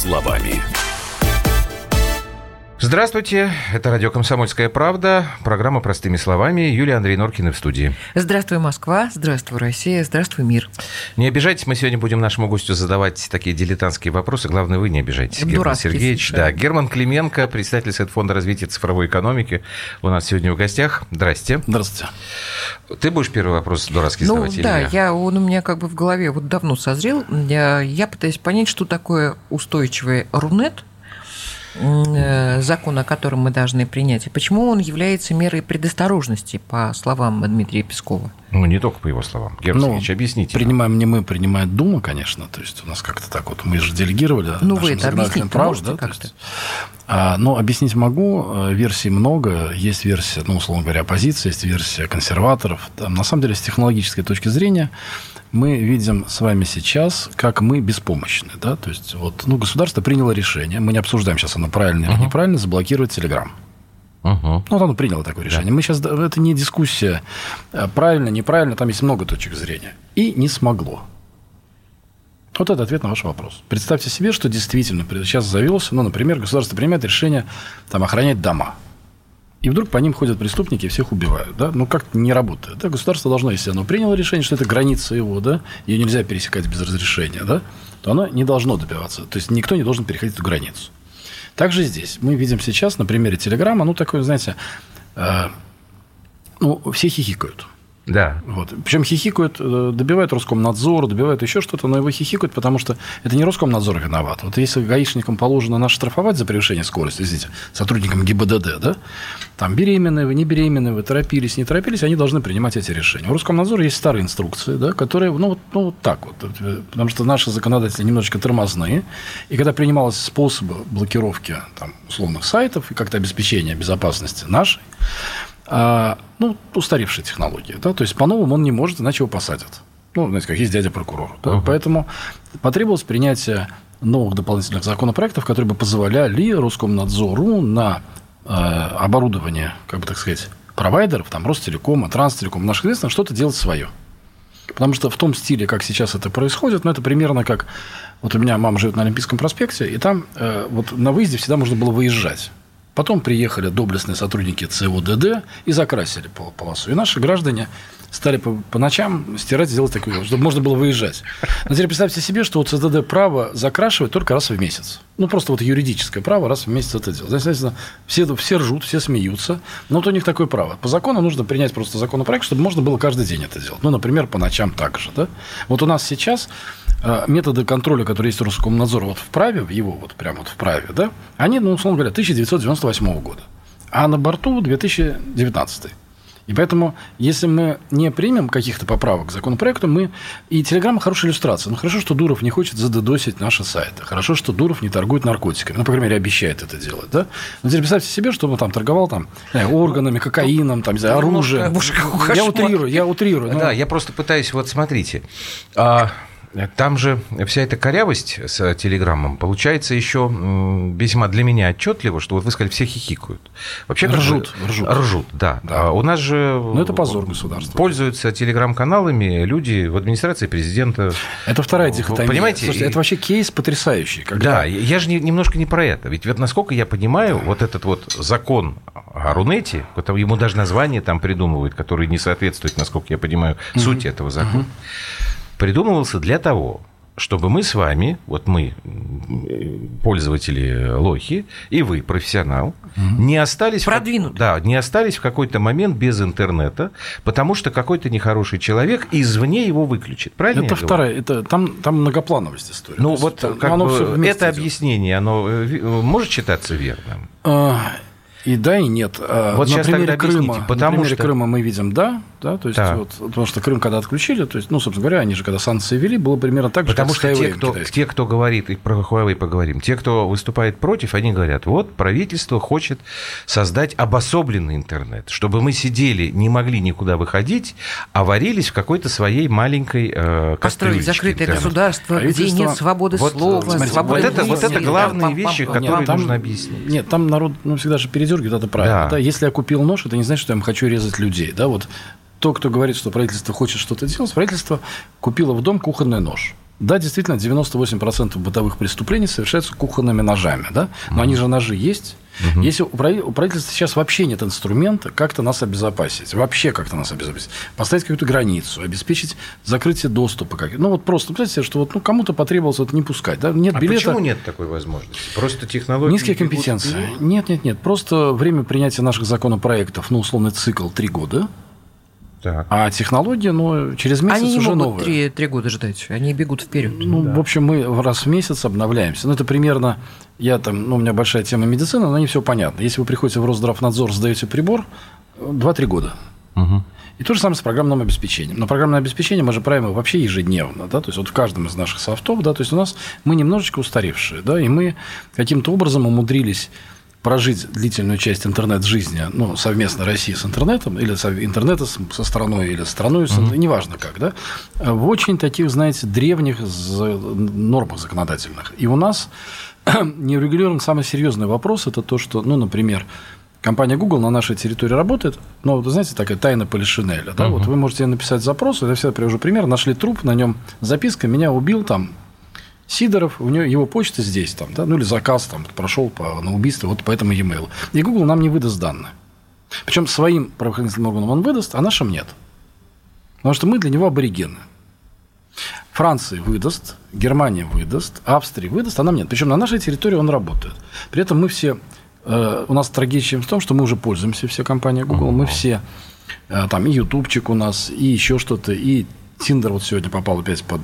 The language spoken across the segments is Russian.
словами. Здравствуйте, это радио «Комсомольская правда», программа «Простыми словами». Юлия Андрей Норкина в студии. Здравствуй, Москва, здравствуй, Россия, здравствуй, мир. Не обижайтесь, мы сегодня будем нашему гостю задавать такие дилетантские вопросы. Главное, вы не обижайтесь, Герман Сергеевич. Да, Герман Клименко, представитель Фонда развития цифровой экономики, у нас сегодня в гостях. Здрасте. Здравствуйте. Ты будешь первый вопрос дурацкий задавать или да, я? он у меня как бы в голове вот давно созрел. Я пытаюсь понять, что такое устойчивый Рунет, закон, о котором мы должны принять, и почему он является мерой предосторожности, по словам Дмитрия Пескова. Ну, не только по его словам. Герман Сергеевич, объясните. Принимаем не мы, принимает Дума, конечно. То есть у нас как-то так вот, мы же делегировали. Ну, вы это объяснить можете как-то? Но объяснить могу, версий много. Есть версия, условно говоря, оппозиции, есть версия консерваторов. Там, на самом деле, с технологической точки зрения, мы видим с вами сейчас, как мы беспомощны. Да? То есть, государство приняло решение, мы не обсуждаем сейчас, оно правильно или неправильно, заблокировать Телеграм. Оно приняло такое решение. Мы сейчас, это не дискуссия, правильно, неправильно, там есть много точек зрения. И не смогло. Вот это ответ на ваш вопрос. Представьте себе, что действительно сейчас завелся, например, государство принимает решение охранять дома. И вдруг по ним ходят преступники и всех убивают. Да? Как-то не работает. Да? Государство должно, если оно приняло решение, что это граница его, да? Ее нельзя пересекать без разрешения, да? То оно не должно добиваться. То есть, никто не должен переходить эту границу. Также здесь. Мы видим сейчас на примере Телеграма, такое, знаете, все хихикают. Да. Причем хихикают, добивают Роскомнадзор, добивают еще что-то, но его хихикают, потому что это не Роскомнадзор виноват. Если гаишникам положено нас штрафовать за превышение скорости, извините, сотрудникам ГИБДД, да, там беременные вы, не беременные вы, торопились, не торопились, они должны принимать эти решения. У Роскомнадзора есть старые инструкции, да, которые, так вот, потому что наши законодатели немножечко тормозные, и когда принимались способы блокировки условных сайтов и как-то обеспечения безопасности нашей, устаревшие технологии. Да? То есть, по-новому он не может, иначе его посадят. Знаете, как есть дядя прокурор. Да? Поэтому потребовалось принятие новых дополнительных законопроектов, которые бы позволяли Роскомнадзору на оборудование, провайдеров, Ростелекома, Транстелекома, наших известных, что-то делать свое. Потому что в том стиле, как сейчас это происходит, это примерно как... у меня мама живет на Олимпийском проспекте, и там на выезде всегда можно было выезжать. Потом приехали доблестные сотрудники ЦОДД и закрасили полосу. И наши граждане стали по ночам стирать, делать такое, чтобы можно было выезжать. Но теперь представьте себе, что у ЦОДД право закрашивать только раз в месяц. Просто юридическое право раз в месяц это делать. Естественно, все ржут, все смеются, но у них такое право. По закону нужно принять просто законопроект, чтобы можно было каждый день это делать. Например, по ночам так же. Да? У нас сейчас методы контроля, которые есть у Роскомнадзора в праве, прямо в праве, да, они, условно говоря, 1998 года, а на борту 2019. И поэтому, если мы не примем каких-то поправок к законопроекту, И Телеграм хорошая иллюстрация. Хорошо, что Дуров не хочет задедосить наши сайты. Хорошо, что Дуров не торгует наркотиками. По крайней мере, обещает это делать. Да? Но теперь представьте себе, что он торговал органами, кокаином, оружием. Я утрирую. Да, я просто пытаюсь... смотрите... Там же вся эта корявость с Телеграммом получается еще весьма для меня отчетливо, что вы сказали, все хихикают. Вообще ржут, да. У нас же это позор государства. Пользуются телеграм-каналами люди в администрации президента. Это вторая дихотомия. Понимаете? Слушайте, это вообще кейс потрясающий. Да, я же немножко не про это. Ведь насколько я понимаю, этот закон о Рунете, ему даже название придумывают, которое не соответствует, насколько я понимаю, сути этого закона. Придумывался для того, чтобы мы с вами, мы, пользователи лохи, и вы, профессионал, не остались... не остались в какой-то момент без интернета, потому что какой-то нехороший человек извне его выключит. Правильно? Это вторая. Там многоплановость история. Это объяснение, оно может считаться верным? И да, и нет. На примере Крыма мы видим да, то есть потому что Крым когда отключили, то есть, собственно говоря, они же когда санкции ввели, было примерно так же, потому что те, кто говорит, и про Huawei поговорим, те, кто выступает против, они говорят, правительство хочет создать обособленный интернет, чтобы мы сидели, не могли никуда выходить, а варились в какой-то своей маленькой кастрюлечке. Построить закрытое государство, где нет свободы слова, свободы мысли. Вот это главные вещи, которые нужно объяснить. Нет, там народ всегда же передергивает это правильно. Да. Если я купил нож, это не значит, что я хочу резать людей. Да? кто говорит, что правительство хочет что-то делать, правительство купило в дом кухонный нож. Да, действительно, 98% бытовых преступлений совершаются кухонными ножами, да? Но они же ножи есть. Если у правительства сейчас вообще нет инструмента как-то нас обезопасить, вообще как-то нас обезопасить, поставить какую-то границу, обеспечить закрытие доступа. Ну, вот просто, представьте себе, что вот, кому-то потребовалось это не пускать. Да? Нет билета. Почему нет такой возможности? Просто технологии... Низкие компетенции. Нет. Просто время принятия наших законопроектов, условный цикл 3 года. Так. А технологии, через месяц они уже новые. Они не могут 3 года ждать, они бегут вперед. В общем, мы раз в месяц обновляемся. Это примерно, у меня большая тема медицины, но не все понятно. Если вы приходите в Росздравнадзор, сдаете прибор, 2-3 года. Угу. И то же самое с программным обеспечением. Но программное обеспечение мы же правим вообще ежедневно, да, то есть вот в каждом из наших софтов, да, то есть у нас мы немножечко устаревшие, да, и мы каким-то образом умудрились прожить длительную часть интернет-жизни, совместно России с интернетом, или интернета со страной, или страной, неважно как, да, в очень таких, знаете, древних нормах законодательных. И у нас не урегулирован самый серьезный вопрос, это то, что, например, компания Google на нашей территории работает, вы знаете, такая тайна Полишинеля, да, вот вы можете написать запрос, я всегда привожу пример, нашли труп, на нем записка, меня убил Сидоров, у него его почта здесь, или заказ прошел на убийство, вот по этому e-mail. И Google нам не выдаст данные. Причем своим правоохранительным органам он выдаст, а нашим нет. Потому что мы для него аборигены. Франции выдаст, Германия выдаст, Австрия выдаст, а нам нет. Причем на нашей территории он работает. При этом мы все... У нас трагедия в том, что мы уже пользуемся, все компании Google, мы все... и ютубчик у нас, и еще что-то, и... Тиндер вот сегодня попал опять под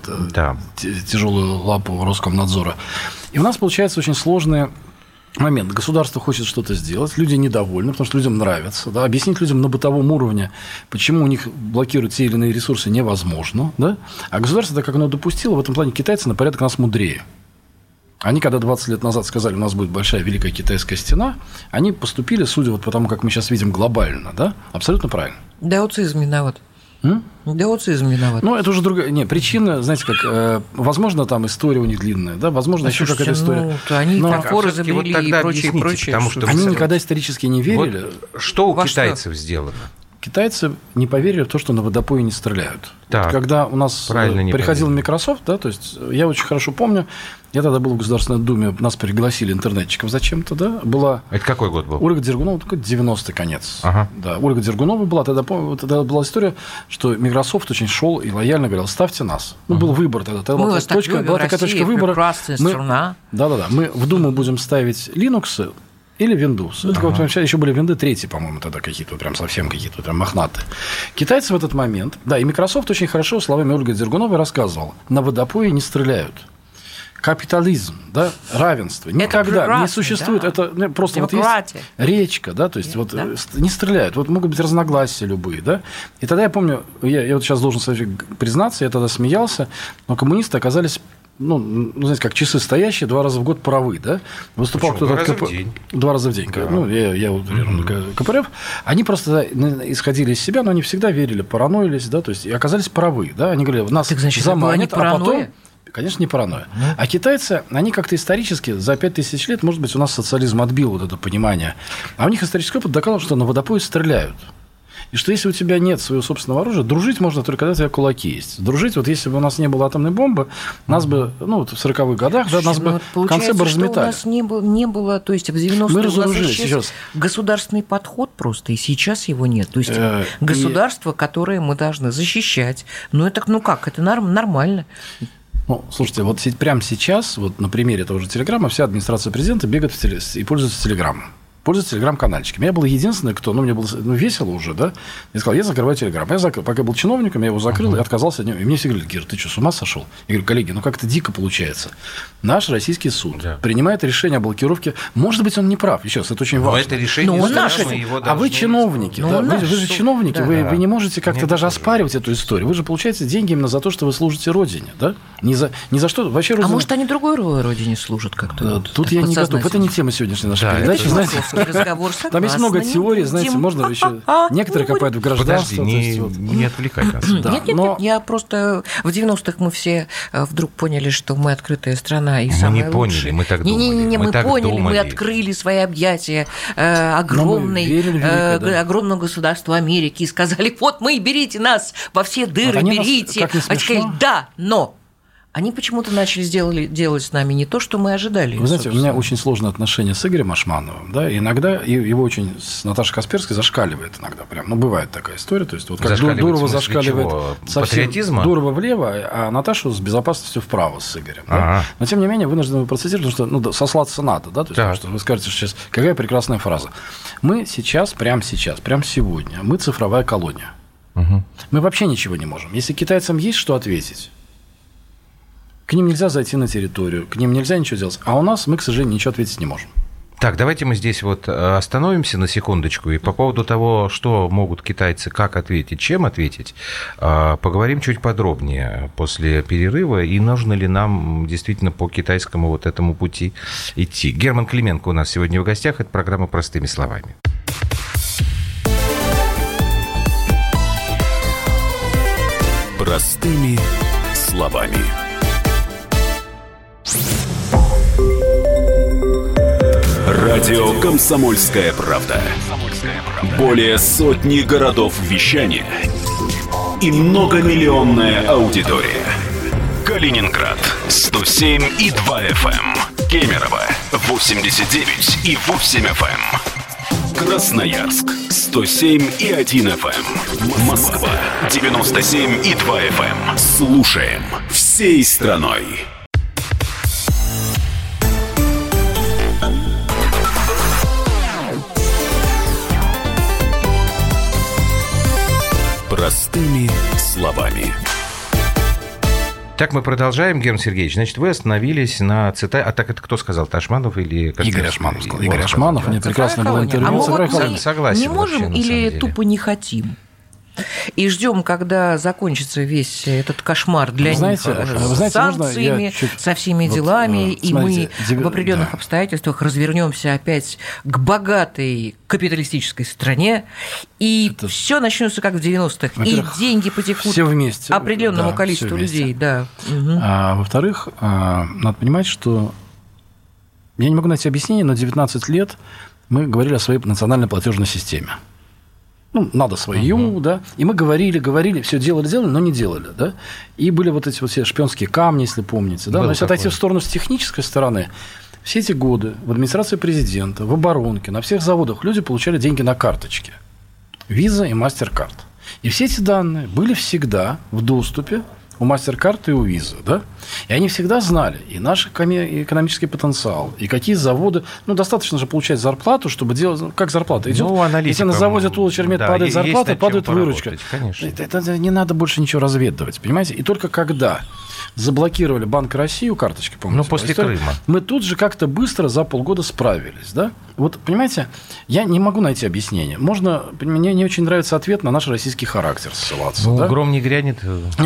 тяжелую лапу Роскомнадзора. И у нас получается очень сложный момент. Государство хочет что-то сделать, люди недовольны, потому что людям нравится. Да? Объяснить людям на бытовом уровне, почему у них блокируют те или иные ресурсы, невозможно. Да? А государство, так как оно допустило, в этом плане китайцы на порядок нас мудрее. Они, когда 20 лет назад сказали, у нас будет большая Великая Китайская стена, они поступили, судя по тому, как мы сейчас видим глобально, да, абсолютно правильно. Даоцизм виноват. Даоцизм виноват. Это уже другая... причина, знаете, как... возможно, там история у них длинная, да? Возможно, еще какая-то история. Они фарфор изобрели и прочее. Потому что они никогда исторически не верили. Что у китайцев сделано? Китайцы не поверили в то, что на водопое не стреляют. Вот когда у нас приходил Microsoft, да, то есть я очень хорошо помню, я тогда был в Государственной Думе, нас пригласили интернетчиков зачем-то, да, была... Это какой год был? Ольга Дергунова, 90-й конец. Ага. Да, Ольга Дергунова была, тогда была история, что Microsoft очень шел и лояльно говорил, ставьте нас. Был выбор тогда. Мы вас так любим, была такая точка выбора. Прекрасная страна. Да-да-да, мы в Думу будем ставить Linux или Windows. Это вообще еще были Windows 3, по-моему, тогда какие-то прям совсем какие-то прям мохнатые. Китайцы в этот момент... Да, и Microsoft очень хорошо словами Ольги Дергуновой рассказывал, на водопое не стреляют. Капитализм, да, равенство. Никогда не существует. Да. Это просто вот есть речка, да, то есть не стреляют. Вот могут быть разногласия любые, да. И тогда я помню, я вот сейчас должен признаться, я тогда смеялся, но коммунисты оказались, знаете, как часы стоящие, 2 раза в год правы, да. Выступал кто-то 2 раза в день. Да. Я КПРФ. Они просто исходили из себя, но они всегда верили, параноились, да, то есть и оказались правы, да. Они говорили, нас заманят, а потом... Конечно, не паранойя. А китайцы, они как-то исторически за 5000 лет, может быть, у нас социализм отбил вот это понимание, а у них исторический опыт доказал, что на водопое стреляют. И что если у тебя нет своего собственного оружия, дружить можно только когда у тебя кулаки есть. Дружить, вот если бы у нас не было атомной бомбы, нас бы, в 40-х годах, нас бы в конце бы разметали. У нас не было, то есть в 90-е у нас сейчас государственный подход просто, и сейчас его нет. То есть государство, которое мы должны защищать. Это нормально. Слушайте, вот прямо сейчас, вот на примере того же Телеграма, вся администрация президента бегает и пользуется Телеграмом. Пользуется телеграм-канальчиком. Я был единственный, кто... мне было весело уже, да? Я сказал, я закрываю Телеграм. Пока был чиновником, я его закрыл и отказался от него. И мне все говорили, Кир, ты что, с ума сошел? Я говорю, коллеги, как-то дико получается. Наш российский суд принимает решение о блокировке. Может быть, он не прав. Еще раз, это очень важно. Но это решение а вы чиновники, да? Вы же чиновники, вы не можете как-то даже оспаривать эту историю. Вы же получаете деньги именно за то, что вы служите Родине, да? Не за что. Вообще, Родина... А может, они другой Родине служат как-то? Тут я не готов. Это не тема сегодняшней нашей передачи, знаете. гражданский разговор, согласна. Там есть много теорий, знаете, можно еще... Некоторые копают в гражданство. Подожди, не отвлекай нас. Нет, я просто... В 90-х мы все вдруг поняли, что мы открытая страна и самая лучшая. Мы не поняли, мы так думали. Не, мы поняли, мы открыли свои объятия огромному государству Америки и сказали, вот мы, берите нас во все дыры, берите. А сказали, да, но... Они почему-то начали делать с нами не то, что мы ожидали. Вы знаете, у меня очень сложные отношения с Игорем Ашмановым. Да, и иногда его очень с Наташей Касперской зашкаливает иногда. Прям, бывает такая история. То есть, вот как Дурова зашкаливает совсем Дурова влево, а Наташу с безопасностью вправо с Игорем. Да? Но, тем не менее, вынуждены процессировать, потому что сослаться надо. Да? То есть, потому что вы скажете, что сейчас какая прекрасная фраза. Мы сейчас, прямо сегодня, мы цифровая колония. Мы вообще ничего не можем. Если китайцам есть что ответить, к ним нельзя зайти на территорию, к ним нельзя ничего делать. А у нас мы, к сожалению, ничего ответить не можем. Так, давайте мы здесь вот остановимся на секундочку. И по поводу того, что могут китайцы, как ответить, чем ответить, поговорим чуть подробнее после перерыва. И нужно ли нам действительно по китайскому вот этому пути идти. Герман Клименко у нас сегодня в гостях. Это программа «Простыми словами». Простыми словами. Радио «Комсомольская правда». Более сотни городов вещания и многомиллионная аудитория. Калининград 107,2 FM, Кемерово 89,8 FM, Красноярск 107,1 FM, Москва 97,2 FM. Слушаем всей страной. Простыми словами. Так, мы продолжаем, Герман Сергеевич. Значит, вы остановились на цитате... А так это кто сказал? Ашманов или... Игорь Ашманов сказал. Игорь Ашманов. Мне прекрасно было интервью. Согласен. Не можем или тупо не хотим? И ждем, когда закончится весь этот кошмар для них с санкциями, со всеми делами, и мы в определенных обстоятельствах развернемся опять к богатой капиталистической стране, и все начнется как в 90-х, и деньги потекут все вместе, определенному количеству людей. Да. А во-вторых, надо понимать, что я не могу найти объяснение, но 19 лет мы говорили о своей национальной платежной системе. Надо свою, да, и мы говорили, все делали, но не делали, да, и были вот эти вот все шпионские камни, если помните, да, но если отойти в сторону с технической стороны, все эти годы в администрации президента, в оборонке, на всех заводах люди получали деньги на карточки, Visa и MasterCard, и все эти данные были всегда в доступе у MasterCard и у Visa, да? И они всегда знали и наш экономический потенциал, и какие заводы... достаточно же получать зарплату, чтобы делать... Как зарплата идет? Если на заводе Тула Чермет падает зарплата, падает выручка. Это не надо больше ничего разведывать, понимаете? И только когда заблокировали Банк России, карточки, помните? После Крыма. Мы тут же как-то быстро за полгода справились, да? Вот, понимаете, я не могу найти объяснение. Мне не очень нравится ответ на наш российский характер ссылаться. Да? Гром не грянет?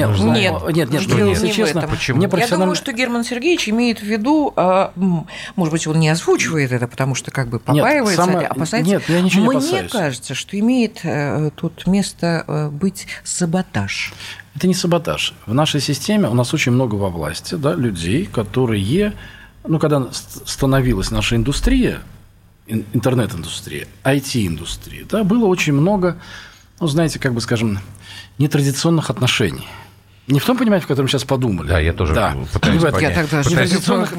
Нет, если честно, почему? Я думаю, что Герман Сергеевич имеет в виду, может быть, он не озвучивает это, потому что как бы побаивается, опасается. Нет, я ничего не опасаюсь. Мне кажется, что имеет тут место быть саботаж. Это не саботаж. В нашей системе у нас очень много во власти, да, людей, которые, когда становилась наша индустрия, интернет-индустрия, IT-индустрия, да, было очень много, знаете, как бы, скажем, нетрадиционных отношений. Не в том понимании, в котором сейчас подумали. Да, я тоже пытаюсь понять. Нетрадиционных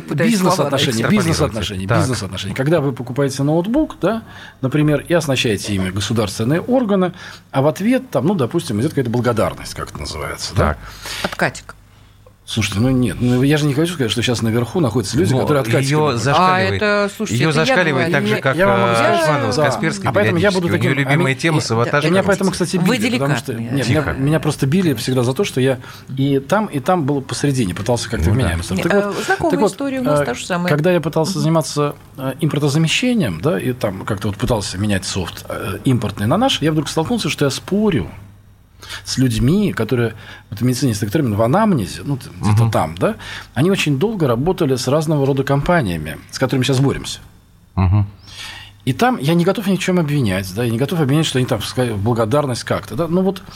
бизнес-отношений. Когда вы покупаете ноутбук, да, например, и оснащаете ими государственные органы, а в ответ, допустим, идет какая-то благодарность, как это называется. Да? Откатик. Слушайте, нет, я же не хочу сказать, что сейчас наверху находятся люди, которые откативают. Ее зашкаливает так же, как Ашманова с Касперской. А поэтому я буду таким... У нее любимая тема саботаж. Меня поэтому, кстати, били, потому что меня просто били всегда за то, что я и там был посередине, пытался как-то вменяемость. Знакомая история у нас та же самая. Когда я пытался заниматься импортозамещением, да, и там как-то пытался менять софт импортный на наш, я вдруг столкнулся, что я спорю с людьми, которые в медицине есть такой термин в анамнезе, где-то там, да, они очень долго работали с разного рода компаниями, с которыми сейчас боремся. И там я не готов ни в чем обвинять, да, я не готов обвинять, что они там благодарность как-то, да, но вот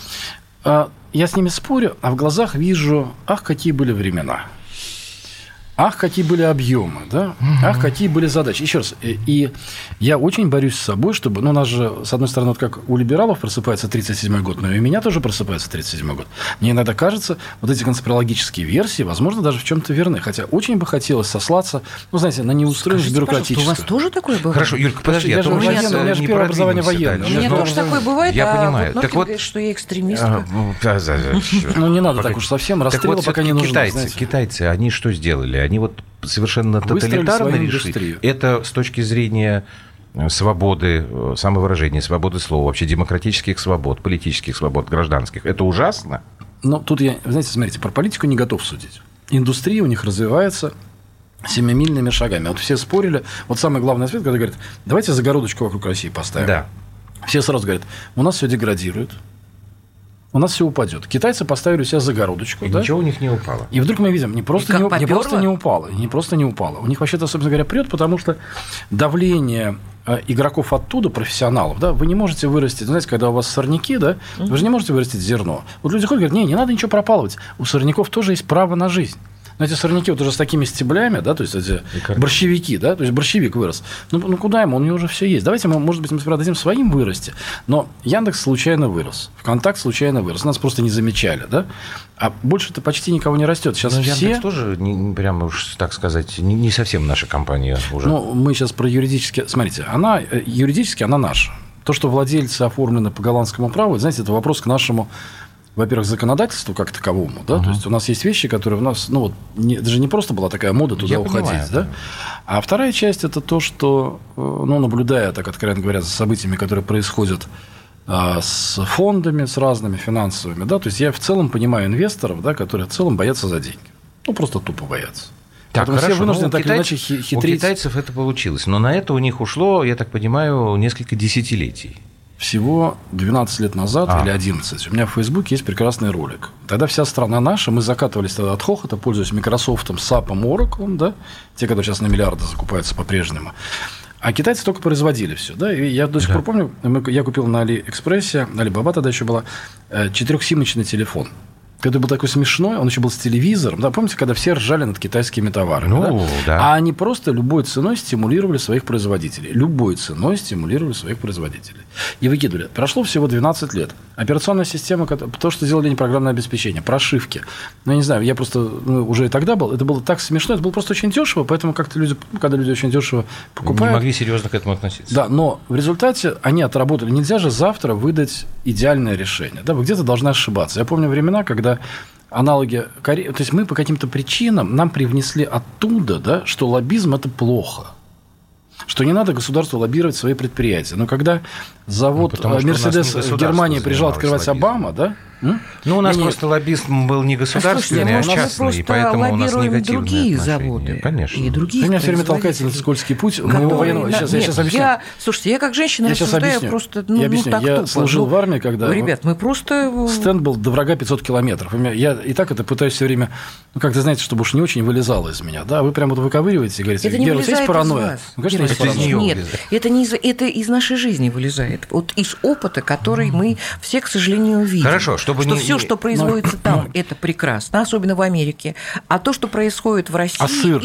я с ними спорю, а в глазах вижу, ах, какие были времена. Ах, какие были объемы, да? Ах, какие были задачи. Еще раз, и я очень борюсь с собой, чтобы... Ну, у нас же, с одной стороны, вот как у либералов просыпается 37-й год, но и у меня тоже просыпается 37-й год. Мне иногда кажется, вот эти конспирологические версии, возможно, даже в чем-то верны. Хотя очень бы хотелось сослаться, ну, знаете, на неустроенность бюрократическую. У вас тоже такое бывает? Хорошо, Юлька, подожди, я же у меня же первое образование военное. У меня тоже такое бывает, я понимаю. Так вот, что я экстремистка. Ну, не надо так уж совсем, расстрелы пока не нужны. Китайцы, они что сделали? Они вот совершенно тоталитарно решили. Это с точки зрения свободы самовыражения, свободы слова, вообще демократических свобод, политических свобод, гражданских. Это ужасно. Но тут я, знаете, смотрите, про политику не готов судить. Индустрия у них развивается семимильными шагами. Вот все спорили. Вот самый главный аспект, когда говорят, давайте загородочку вокруг России поставим. Да. Все сразу говорят, у нас все деградирует. У нас все упадет. Китайцы поставили у себя загородочку. И да? ничего у них не упало. И вдруг мы видим, не просто не упало. У них вообще-то, собственно говоря, прет, потому что давление игроков оттуда, профессионалов, да, вы не можете вырастить, знаете, когда у вас сорняки, да, вы же не можете вырастить зерно. Вот люди ходят и говорят, не надо ничего пропалывать. У сорняков тоже есть право на жизнь. Но эти сорняки вот уже с такими стеблями, да, то есть эти борщевики, да, то есть борщевик вырос. Ну куда ему? У него уже все есть. Давайте, может быть, мы сперва дадим своим вырасти. Но Яндекс случайно вырос, ВКонтакт случайно вырос, нас просто не замечали, да. А больше-то почти никого не растет. Сейчас все... Яндекс тоже, прямо уж так сказать, не совсем наша компания уже. Ну, мы сейчас про юридически... Смотрите, юридически она наша. То, что владельцы оформлены по голландскому праву, знаете, это вопрос к нашему... Во-первых, законодательству как таковому, да, то есть у нас есть вещи, которые у нас, ну вот, даже не просто была такая мода туда уходить, понимаю, да. А вторая часть это то, что, ну, наблюдая, так откровенно говоря, за событиями, которые происходят с фондами, с разными финансовыми, да, то есть я в целом понимаю инвесторов, да, которые в целом боятся за деньги, ну просто тупо боятся. Так, хорошо, все вынуждены так или иначе хитрить. У китайцев это получилось, но на это у них ушло, я так понимаю, несколько десятилетий. Всего 12 лет назад или 11. У меня в Фейсбуке есть прекрасный ролик. Тогда вся страна наша, мы закатывались тогда от хохота, пользуясь Microsoft, SAP, Oracle, да, те, которые сейчас на миллиарды закупаются по-прежнему. А китайцы только производили все. Да? И я до сих пор помню, я купил на Алиэкспрессе, Алибаба тогда еще была, 4-симочный телефон. Когда был такой смешной, он еще был с телевизором. Да, помните, когда все ржали над китайскими товарами? Ну, да. А они просто любой ценой стимулировали своих производителей. Любой ценой стимулировали своих производителей. И выкидывали. Прошло всего 12 лет. Операционная система, то, что делали не программное обеспечение, прошивки. Ну, я не знаю, я просто уже и тогда был. Это было так смешно, это было просто очень дешево. Поэтому как-то люди, когда люди очень дешево покупают... Не могли серьезно к этому относиться. Да, но в результате они отработали. Нельзя же завтра выдать идеальное решение. Да, вы где-то должны ошибаться. Я помню времена, когда аналоги... То есть мы по каким-то причинам нам привнесли оттуда, да, что лоббизм – это плохо. Что не надо государству лоббировать свои предприятия. Но когда завод «Мерседес» в Германии приезжал открывать Обама, да? Ну, у нас просто лоббизм был не государственный, а частный, и поэтому у нас негативные другие заводы. Конечно. И другие. Вы меня все время толкаете на скользкий путь моего военного. Я сейчас объясню. Слушайте, я как женщина рассуждаю просто так тупо. Я служил в армии, когда... Ребят, мы просто... Стенд был до врага 500 километров. Я и так это пытаюсь все время, ну, как-то, знаете, чтобы уж не очень вылезало из меня. Да, вы прямо вот выковыриваете и говорите, Гера, у тебя есть паранойя? Ну, конечно, есть паранойя. Нет, это из нашей жизни вылезает. Вот из опыта, который мы все, к сожалению, видим. Хорошо, чтобы что все, что производится там, это прекрасно, особенно в Америке. А то, что происходит в России... А сыр?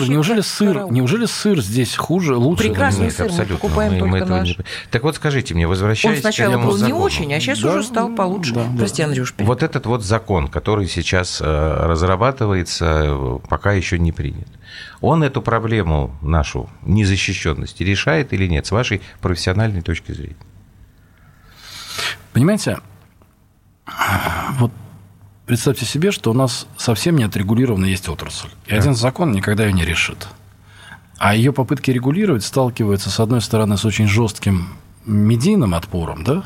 Неужели сыр здесь хуже, лучше? Прекрасный сыр, мы покупаем только наш. Так вот, скажите мне, возвращаясь к этому закону. Он сначала был не очень, а сейчас уже стал получше. Прости, Андрюш. Вот этот вот закон, который сейчас разрабатывается, пока еще не принят. Он эту проблему нашу незащищенности решает или нет, с вашей профессиональной точки зрения? Понимаете, вот представьте себе, что у нас совсем не отрегулирована есть отрасль. И один закон никогда ее не решит. А ее попытки регулировать сталкиваются, с одной стороны, с очень жестким медийным отпором, да?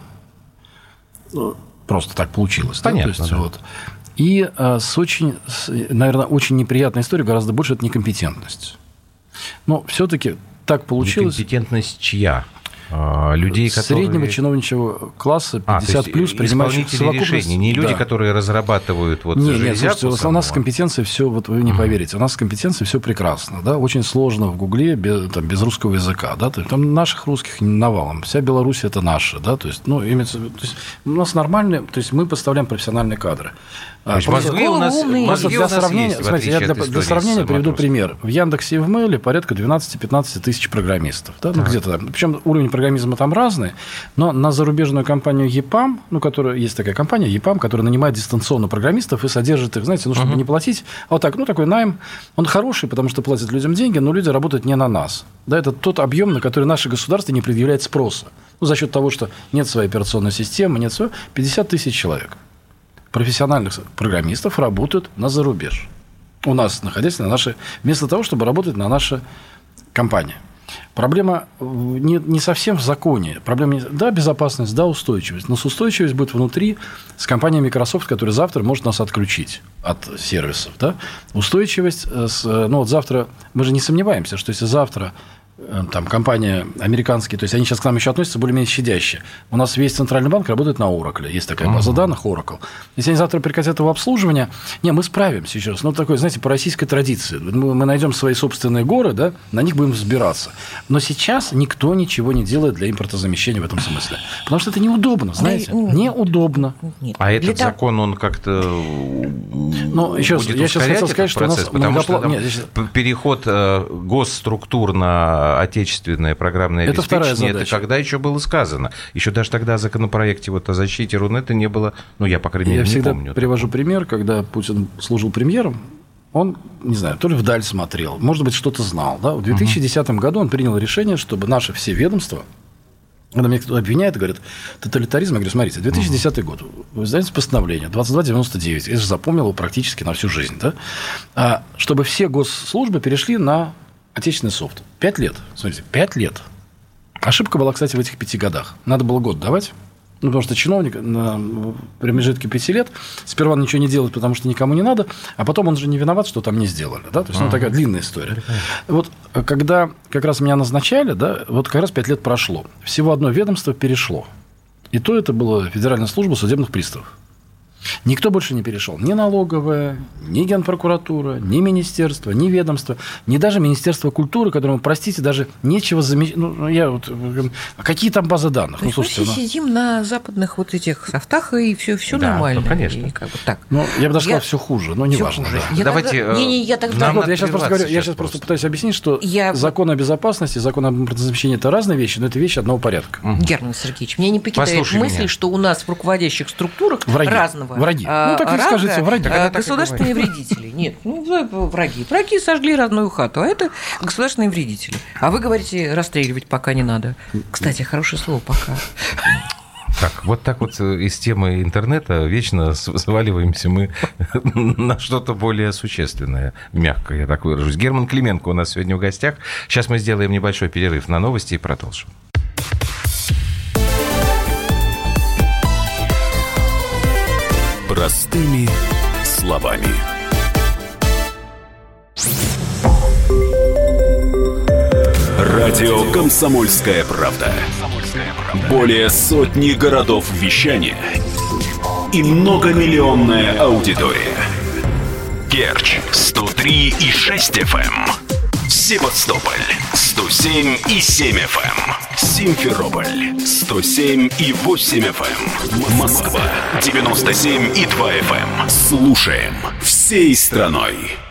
Просто так получилось. Понятно, да? То есть, вот. И наверное, очень неприятная история, гораздо больше, это некомпетентность. Но все-таки так получилось. Некомпетентность чья? людей, которые... Среднего чиновничьего класса 50 плюс принимающих решений, не люди, которые разрабатывают Нет, слушайте, у нас с компетенцией все, вот вы не поверите, у нас с компетенцией все прекрасно, да, очень сложно в Гугле без русского языка, да, там наших русских навалом, вся Беларусь это наша, да, то есть, у нас нормальные, то есть мы поставляем профессиональные кадры. Мозги у нас для сравнения, смотрите, я для сравнения приведу пример. В Яндексе и в Мейле порядка 12-15 тысяч программистов. Да? Где-то там. Причем уровень программизма там разный, но на зарубежную компанию EPAM, которая есть такая компания EPAM, которая нанимает дистанционно программистов и содержит их, знаете, чтобы не платить, а вот так, такой найм, он хороший, потому что платят людям деньги, но люди работают не на нас. Да, это тот объем, на который наше государство не предъявляет спроса. За счет того, что нет своей операционной системы, нет своего, 50 тысяч человек. Профессиональных программистов работают на зарубеж. У нас, находясь на нашей... Вместо того, чтобы работать на нашей компании. Проблема не совсем в законе. Проблема, безопасность, устойчивость. Но устойчивость будет внутри с компанией Microsoft, которая завтра может нас отключить от сервисов. Да? Устойчивость... завтра... Мы же не сомневаемся, что если завтра... Там компания американские, то есть они сейчас к нам еще относятся более-менее щадяще. У нас весь центральный банк работает на Oracle. Есть такая база данных Oracle. Если они завтра прекратят его обслуживание, мы справимся еще раз. Такое, знаете, по российской традиции. Мы найдем свои собственные горы, да, на них будем взбираться. Но сейчас никто ничего не делает для импортозамещения в этом смысле. Потому что это неудобно, знаете. Неудобно. А этот закон, он как-то я сейчас хотел сказать, что процесс, у нас... Потому что переход госструктур на отечественное программное обеспечение, это когда еще было сказано. Еще даже тогда о законопроекте о защите Рунета не было, я, по крайней мере, не помню. Я всегда привожу пример, когда Путин служил премьером, он, не знаю, то ли вдаль смотрел, может быть, что-то знал. Да? В 2010 году он принял решение, чтобы наши все ведомства, когда меня кто-то обвиняет и говорит, тоталитаризм, я говорю, смотрите, 2010 год, вы знаете, постановление 2299, я же запомнил его практически на всю жизнь, да? Чтобы все госслужбы перешли на отечественный софт. 5 лет. Смотрите, 5 лет. Ошибка была, кстати, в этих 5 годах. Надо было год давать. Потому что чиновник на промежутке 5 лет сперва ничего не делает, потому что никому не надо, а потом он же не виноват, что там не сделали. Да? То есть, такая длинная история. Вот когда как раз меня назначали, как раз 5 лет прошло. Всего одно ведомство перешло. И то это была Федеральная служба судебных приставов. Никто больше не перешел. Ни налоговая, ни Генпрокуратура, ни министерство, ни ведомство, ни даже Министерство культуры, которому, простите, даже нечего замечать. Какие там базы данных? Мы сидим на западных этих софтах, и все нормально. Конечно. И так. Я бы даже сказал, все хуже, но неважно. Давайте... Я сейчас просто пытаюсь объяснить, что закон о безопасности, закон об импортозамещении – это разные вещи, но это вещи одного порядка. Герман Сергеевич, меня не покидает мысль, что у нас в руководящих структурах разного враги. Так и скажите, враги. Государственные вредители. Нет, враги. Враги сожгли родную хату, а это государственные вредители. А вы говорите, расстреливать пока не надо. Кстати, хорошее слово «пока». Так вот из темы интернета вечно сваливаемся мы на что-то более существенное, мягко я так выражусь. Герман Клименко у нас сегодня в гостях. Сейчас мы сделаем небольшой перерыв на новости и продолжим. Простыми словами. Радио «Комсомольская правда». Более сотни городов вещания и многомиллионная аудитория. Керчь 103,6 FM. Севастополь 107,7 FM. Симферополь 107,8 FM. Москва 97,2 FM. Слушаем всей страной.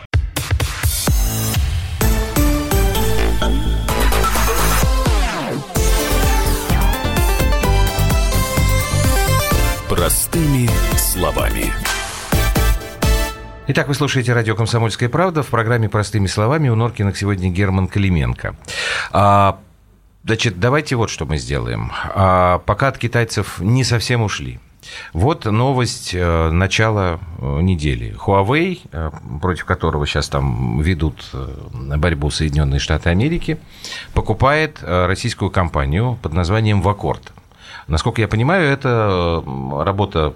Простыми словами. Итак, вы слушаете радио «Комсомольская правда». В программе «Простыми словами» у Норкиных сегодня Герман Клименко. Значит, давайте вот что мы сделаем. Пока от китайцев не совсем ушли. Вот новость начала недели. Huawei, против которого сейчас там ведут борьбу Соединенные Штаты Америки, покупает российскую компанию под названием Вакорд. Насколько я понимаю, это работа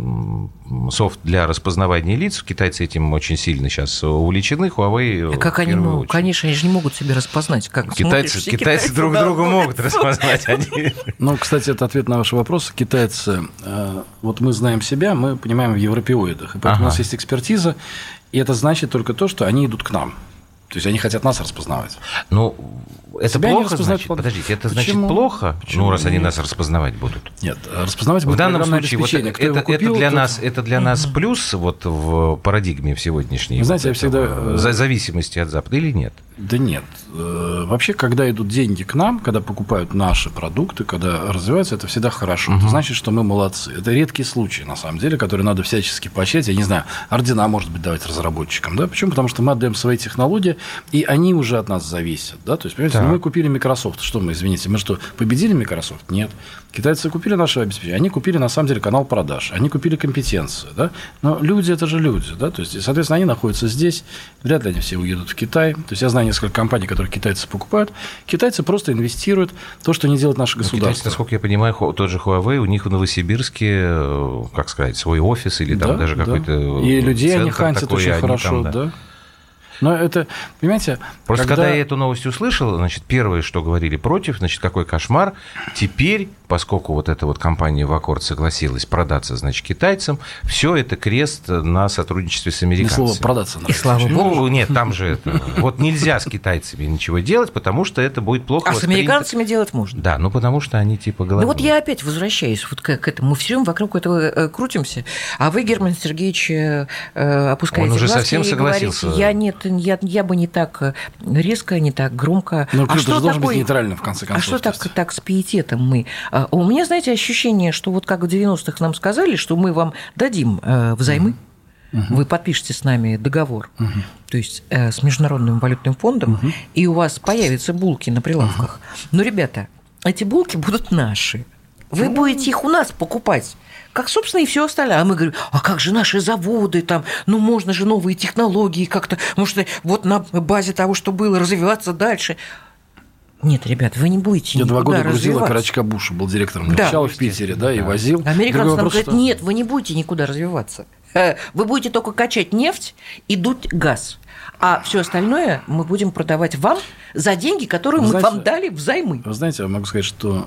софт для распознавания лиц. Китайцы этим очень сильно сейчас увлечены. Huawei как они могут? Конечно, они же не могут себе распознать. Как китайцы друг друга могут распознать. Ну, кстати, это ответ на ваш вопрос. Китайцы, вот мы знаем себя, мы понимаем в европеоидах. И поэтому у нас есть экспертиза, и это значит только то, что они идут к нам. То есть они хотят нас распознавать. Ну, это плохо, значит? Подождите, это значит плохо? Почему? Ну, раз они нас распознавать будут. Нет, распознавать будет в данном случае вот купил, это для нас плюс вот в парадигме в сегодняшней. Вы знаете, я всегда... зависимости от Запада или нет? Да нет. Вообще, когда идут деньги к нам, когда покупают наши продукты, когда развиваются, это всегда хорошо. Это значит, что мы молодцы. Это редкий случай, на самом деле, который надо всячески поощрять. Я не знаю, ордена, может быть, давать разработчикам. Да? Почему? Потому что мы отдаем свои технологии, и они уже от нас зависят. Да? То есть, понимаете, мы купили Microsoft. Что мы, извините, мы что, победили Microsoft? Нет. Китайцы купили наше обеспечение. Они купили, на самом деле, канал продаж. Они купили компетенцию. Да? Но люди – это же люди. Да? То есть, соответственно, они находятся здесь. Вряд ли они все уедут в Китай. То есть, я знаю несколько компаний, которые китайцы покупают. Китайцы просто инвестируют в то, что не делает наше государство. Китайцы, насколько я понимаю, тот же Huawei, у них в Новосибирске, как сказать, свой офис или там даже какой-то и людей они хантят такой, очень хорошо, там, да. Но это, понимаете... Просто когда я эту новость услышал, значит, первое, что говорили против, значит, какой кошмар. Теперь, поскольку вот эта вот компания Вакорд согласилась продаться, значит, китайцам, все это крест на сотрудничестве с американцами. И слово «продаться». И слава богу. Нет, там же вот нельзя с китайцами ничего делать, потому что это будет плохо. А с американцами делать можно. Да, ну потому что они типа голодные. Ну вот я опять возвращаюсь вот к этому. Мы все время вокруг этого крутимся, а вы, Герман Сергеевич, опускаете Он уже глазки совсем согласился. Я бы не так резко, не так громко. Но кто-то же должен быть нейтральным, в конце концов. А что так с пиететом мы? У меня, знаете, ощущение, что вот как в 90-х нам сказали, что мы вам дадим взаймы, вы подпишете с нами договор, то есть с Международным валютным фондом, и у вас появятся булки на прилавках. Но, ребята, эти булки будут наши. Вы будете их у нас покупать. Как, собственно, и все остальное. А мы говорим, а как же наши заводы там? Ну, можно же новые технологии как-то, может, вот на базе того, что было, развиваться дальше. Нет, ребят, вы не будете никуда развиваться. Я 2 года грузила Карачкабуша, был директором начала в Питере, да, и возил. Американцы нам говорят, нет, вы не будете никуда развиваться. Вы будете только качать нефть и дуть газ. А все остальное мы будем продавать вам за деньги, которые мы вам дали взаймы. Вы знаете, я могу сказать, что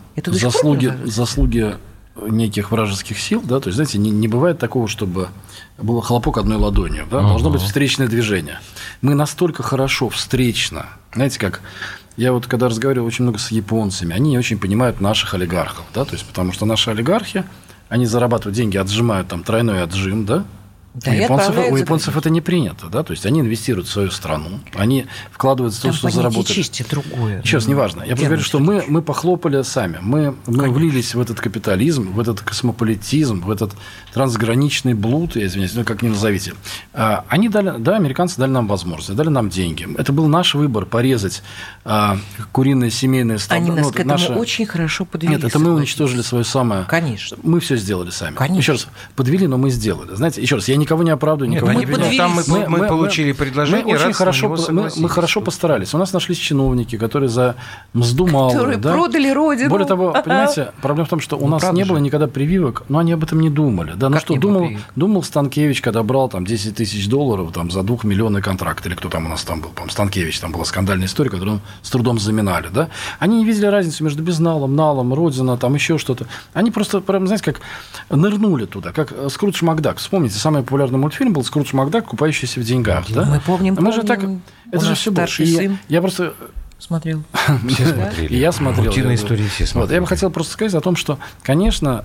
заслуги неких вражеских сил, да, то есть, знаете, не бывает такого, чтобы было хлопок одной ладонью, да, должно быть встречное движение. Мы настолько хорошо встречно, знаете, как я вот когда разговаривал очень много с японцами, они не очень понимают наших олигархов, да, то есть, потому что наши олигархи, они зарабатывают деньги, отжимают там тройной отжим, да. Да, у японцев это не принято, да, то есть они инвестируют в свою страну, они вкладывают в то, что заработали. Чисти другое. Сейчас, неважно. Я просто говорю, что мы похлопали сами, мы влились в этот капитализм, в этот космополитизм, в этот трансграничный блуд, я извиняюсь, ну как ни назовите. Они дали, да, американцы дали нам возможность, дали нам деньги. Это был наш выбор порезать куриное семейное стадо. Они нас к этому очень хорошо подвели. Нет, это мы уничтожили свое самое. Конечно. Мы все сделали сами. Конечно. Еще раз, подвели, но мы сделали. Знаете, еще раз, я никого не оправдываю, никого не обвиняю. Там мы получили предложение, мы хорошо постарались. У нас нашлись чиновники, которые за мзду мало, которые продали родину. Более того, понимаете, проблема в том, что у нас не было никогда прививок, но они об этом не думали. Да, ну что, думал Станкевич, когда брал там $10 тысяч там, за 2-миллионный контракт, или кто там у нас там был, по-моему, Станкевич, там была скандальная история, которую с трудом заминали, да. Они не видели разницу между безналом, налом, родина, там еще что-то. Они просто, прям, знаете, как нырнули туда, как Скрудж Макдак. Вспомните, самый популярный мультфильм был «Скрудж Макдак, купающийся в деньгах». Да? Мы помним. Мы же так... Это же все было. Я просто... Смотрел. Все смотрели. И я смотрел. Утиные истории все смотрели. Вот. Я бы хотел просто сказать о том, что, конечно,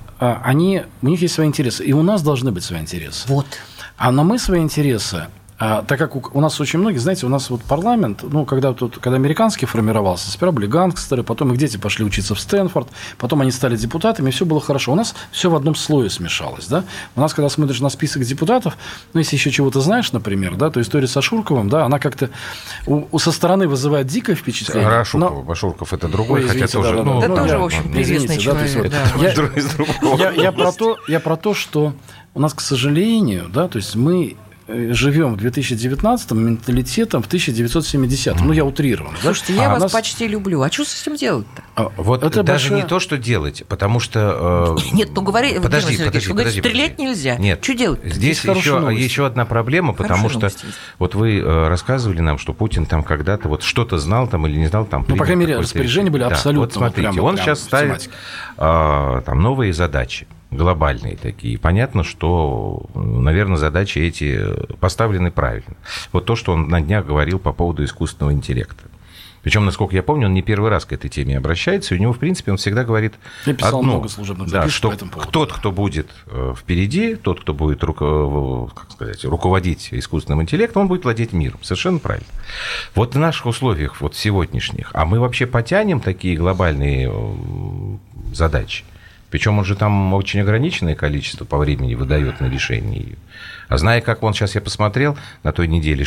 у них есть свои интересы, и у нас должны быть свои интересы. Вот. Но мы свои интересы... так как у нас очень многие, знаете, у нас вот парламент, ну, когда американский формировался, сперва были гангстеры, потом их дети пошли учиться в Стэнфорд, потом они стали депутатами, и все было хорошо. У нас все в одном слое смешалось, да. У нас, когда смотришь на список депутатов, ну, если еще чего-то знаешь, например, да, то история со Шурковым, да, она как-то со стороны вызывает дикое впечатление. Шурков это другой, хотя тоже... Это тоже, в общем, известный человек. Я про то, что у нас, к сожалению, да, то есть мы живем в 2019-м менталитетом в 1970-м. Ну, я утрирую. Слушайте, я вас почти люблю. А что с этим делать-то? Вот это даже не то, что делать, потому что... Нет, ну говори, подожди, стрелять нельзя. Нет, что делать? Здесь еще одна проблема, потому что вот вы рассказывали нам, что Путин там когда-то вот что-то знал там или не знал. Там, ну, по крайней мере, распоряжения были абсолютно... Вот смотрите, он сейчас ставит там новые задачи. Глобальные такие. Понятно, что, наверное, задачи эти поставлены правильно. Вот то, что он на днях говорил по поводу искусственного интеллекта. Причем, насколько я помню, он не первый раз к этой теме обращается, и у него, в принципе, он всегда говорит много служебных записок что по этому поводу. Тот, кто будет впереди, тот, кто будет руководить искусственным интеллектом, он будет владеть миром. Совершенно правильно. Вот в наших условиях, вот сегодняшних, а мы вообще потянем такие глобальные задачи? Причем он же там очень ограниченное количество по времени выдает на решение. А зная, как он сейчас, я посмотрел на той неделе,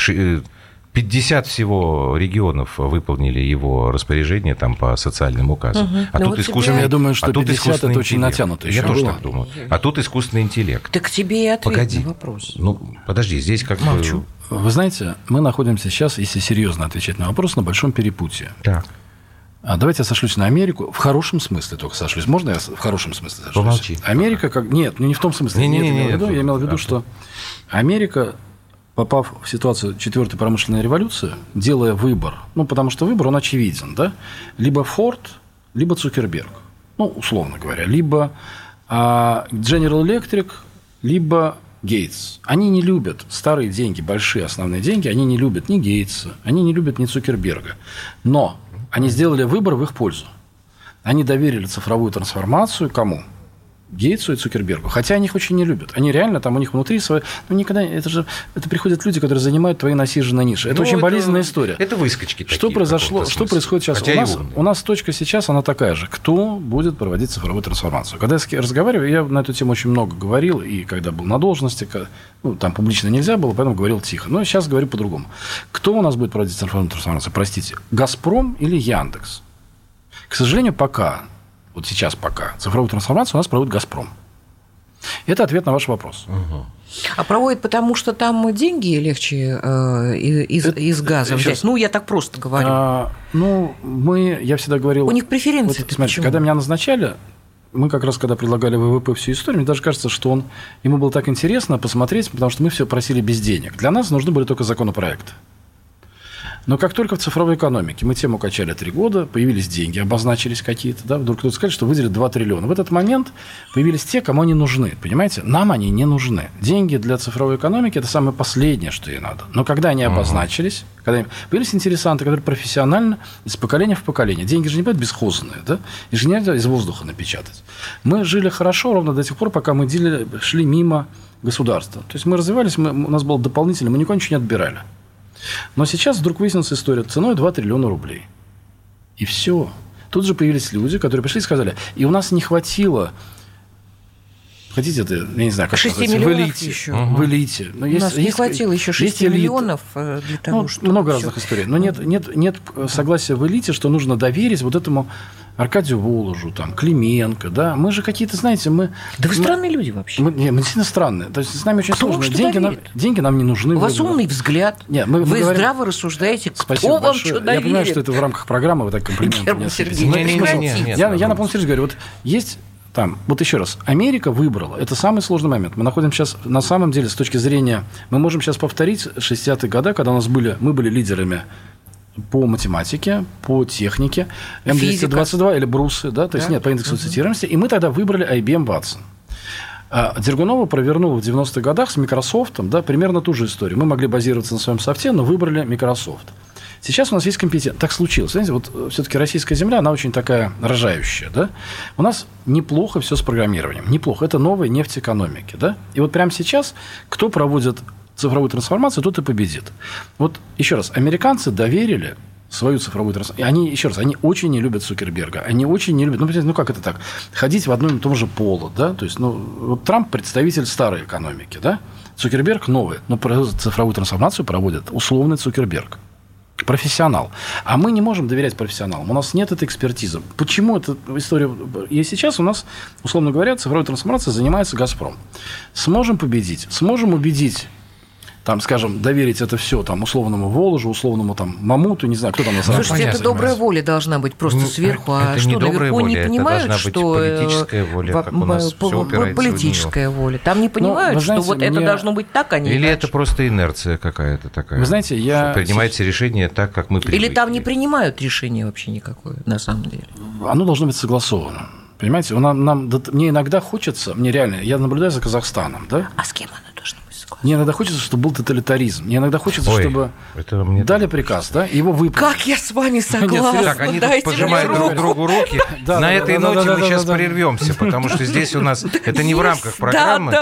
50 всего регионов выполнили его распоряжение там, по социальным указам. А тут искусственный... Я думаю, что 50 это очень натянуто. Я тоже так думаю. А тут искусственный интеллект. Так тебе и ответ на вопрос. Ну, подожди, здесь как Молчу. Вы знаете, мы находимся сейчас, если серьезно отвечать на вопрос, на большом перепутье. Так. Давайте я сошлюсь на Америку. В хорошем смысле только сошлюсь. Можно я в хорошем смысле сошлюсь? Помолчи. Америка как... Нет, не в том смысле. Я имел в виду, что Америка, попав в ситуацию 4-й промышленной революции, делая выбор, ну, потому что выбор, он очевиден, да? Либо Форд, либо Цукерберг. Ну, условно говоря. Либо General Electric, либо Гейтс. Они не любят старые деньги, большие основные деньги, они не любят ни Гейтса, они не любят ни Цукерберга. Но они сделали выбор в их пользу. Они доверили цифровую трансформацию кому? Гейтсу и Цукербергу. Хотя они их очень не любят. Они реально там у них внутри свои... Ну, никогда... Это приходят люди, которые занимают твои насиженные ниши. Это очень болезненная история. Это выскочки такие. Что произошло? Что происходит сейчас? У нас точка сейчас, она такая же. Кто будет проводить цифровую трансформацию? Когда я разговариваю, я на эту тему очень много говорил, и когда был на должности, ну, там публично нельзя было, поэтому говорил тихо. Но сейчас говорю по-другому. Кто у нас будет проводить цифровую трансформацию? Простите, «Газпром» или «Яндекс»? К сожалению, пока... Вот сейчас пока цифровую трансформацию у нас проводит «Газпром». Это ответ на ваш вопрос. Угу. А проводит потому, что там деньги легче из газа взять? Ну, я так просто говорю. Я всегда говорил... У них преференции. Вот, смотрите, когда меня назначали, мы как раз, когда предлагали ВВП всю историю, мне даже кажется, что ему было так интересно посмотреть, потому что мы все просили без денег. Для нас нужны были только законопроекты. Но как только в цифровой экономике мы тему качали 3 года, появились деньги, обозначились какие-то, да, вдруг кто-то сказал, что выделят 2 триллиона. В этот момент появились те, кому они нужны, понимаете? Нам они не нужны. Деньги для цифровой экономики – это самое последнее, что ей надо. Но когда они обозначились, когда появились интересанты, которые профессионально, из поколения в поколение, деньги же не бывают бесхозные, да? Их же нельзя из воздуха напечатать. Мы жили хорошо ровно до тех пор, пока мы шли мимо государства. То есть мы развивались, у нас было дополнительно, мы никого ничего не отбирали. Но сейчас вдруг выяснилась история ценой 2 триллиона рублей. И все. Тут же появились люди, которые пришли и сказали, и у нас не хватило... Хотите это, я не знаю, как 6 сказать, миллионов еще. В элите. Но у нас не хватило еще 6 миллионов для того, чтобы... Много разных историй. Но нет согласия в элите, что нужно доверить вот этому Аркадию Воложу, там, Клименко, да. Мы же какие-то, знаете, мы... Да вы странные люди вообще. Мы действительно странные. То есть с нами очень сложно. Деньги нам не нужны. У вас умный взгляд. Нет, вы здраво рассуждаете, Спасибо кто вам что доверит. Я понимаю, что это в рамках программы, вы так комплименты мне осветите. Я на полном серьезе говорю, вот есть... Там, вот еще раз, Америка выбрала. Это самый сложный момент. Мы находимся сейчас, на самом деле, с точки зрения... Мы можем сейчас повторить 60-е годы, когда мы были лидерами по математике, по технике. М222 или Брусы, да? То есть, нет, по индексу цитируемости. И мы тогда выбрали IBM Watson. Дергунова провернула в 90-х годах с Microsoft, да, примерно ту же историю. Мы могли базироваться на своем софте, но выбрали Microsoft. Сейчас у нас есть компетенция. Так случилось. Знаете, вот все-таки российская земля, она очень такая рожающая. Да? У нас неплохо все с программированием. Неплохо. Это новая нефть экономики. Да? И вот прямо сейчас, кто проводит цифровую трансформацию, тот и победит. Вот еще раз, американцы доверили свою цифровую трансформацию. Они очень не любят Цукерберга. Они очень не любят... как это так? Ходить в одном и том же полу. Да? То есть, вот Трамп представитель старой экономики. Да? Цукерберг новый. Но цифровую трансформацию проводит условный Цукерберг. Профессионал. А мы не можем доверять профессионалам. У нас нет этой экспертизы. Почему эта история... И сейчас у нас, условно говоря, цифровой трансформацией занимается «Газпром». Сможем победить? Сможем убедить там, скажем, доверить это все там условному Воложу, условному там Мамуту, не знаю, кто там на самом деле. Слушайте, это добрая воля должна быть просто сверху, а что, наверху не понимают, что... политическая воля, как у нас все упирается политическая воля. Там не понимают, что вот это должно быть так, а не иначе. Или это просто инерция какая-то такая? Вы знаете, принимается решение так, как мы привыкли. Или там не принимают решение вообще никакое, на самом деле? Оно должно быть согласовано. Понимаете, мне иногда хочется, мне реально, я наблюдаю за Казахстаном, да? А с кем оно должно быть согласовано? Мне иногда хочется, чтобы был тоталитаризм. Мне иногда хочется, чтобы дали приказ, да, и его выполнили. Как я с вами согласна? Так, они тут пожимают друг другу руки. На этой ноте мы сейчас прервемся, потому что здесь у нас... Это не в рамках программы.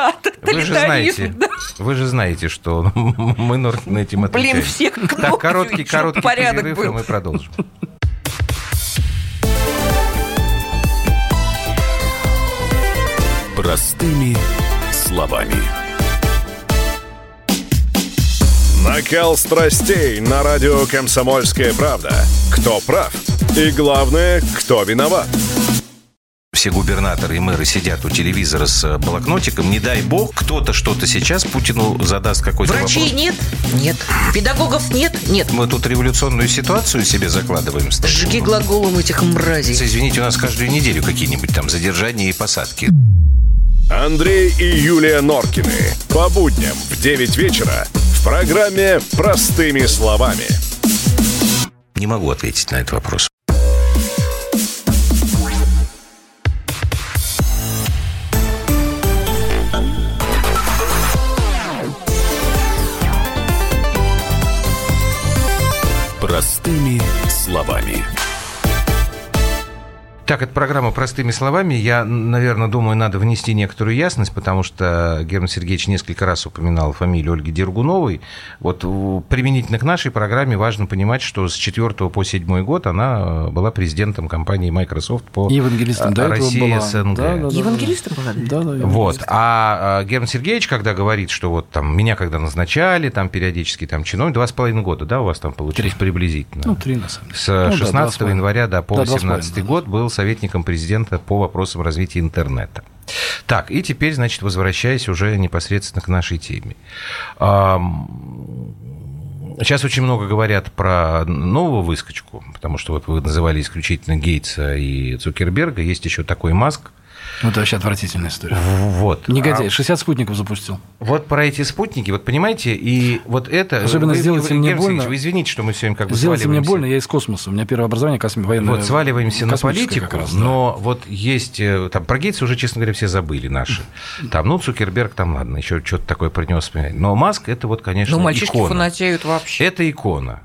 Вы же знаете, что мы на этим отвечаем. Блин, всех кнопки. Так, короткий перерыв, и мы продолжим. Простыми словами. Накал страстей на радио «Комсомольская правда». Кто прав? И главное, кто виноват? Все губернаторы и мэры сидят у телевизора с блокнотиком. Не дай бог, кто-то что-то сейчас Путину задаст какой-то вопрос. Врачей нет? Нет. Педагогов нет? Нет. Мы тут революционную ситуацию себе закладываем. Жги глаголом этих мразей. Извините, у нас каждую неделю какие-нибудь там задержания и посадки. Андрей и Юлия Норкины. По будням в 9 вечера в программе «Простыми словами». Не могу ответить на этот вопрос. Простыми словами. Так, это программа «Простыми словами». Я, наверное, думаю, надо внести некоторую ясность, потому что Герман Сергеевич несколько раз упоминал фамилию Ольги Дергуновой. Вот применительно к нашей программе важно понимать, что с 4 по 7 год она была президентом компании Microsoft по России СНГ. Да. Евангелистом была? Да. Вот. А Герман Сергеевич, когда говорит, что вот там меня когда назначали, там периодически там чиновник, 2,5 года, да, у вас там получилось приблизительно? 3, на самом деле. С 16 января по 18 год был советником президента по вопросам развития интернета. Так, и теперь, значит, возвращаясь уже непосредственно к нашей теме. Сейчас очень много говорят про новую выскочку, потому что вот вы называли исключительно Гейтса и Цукерберга, есть еще такой Маск. Ну, это вообще отвратительная история. Вот. Негодяй, 60 спутников запустил. Вот про эти спутники, вот понимаете, и вот это... Особенно сделайте мне больно. Вы извините, что мы все время как бы сделайте мне больно, я из космоса, у меня первое образование военное. Вот, сваливаемся на политику, раз, но вот есть... Там про Гейтса уже, честно говоря, все забыли наши. Там, ну, Цукерберг, там, ладно, еще что-то такое про него вспоминать. Но Маск, это вот, конечно, икона. Ну, мальчишки фанатеют вообще. Это икона.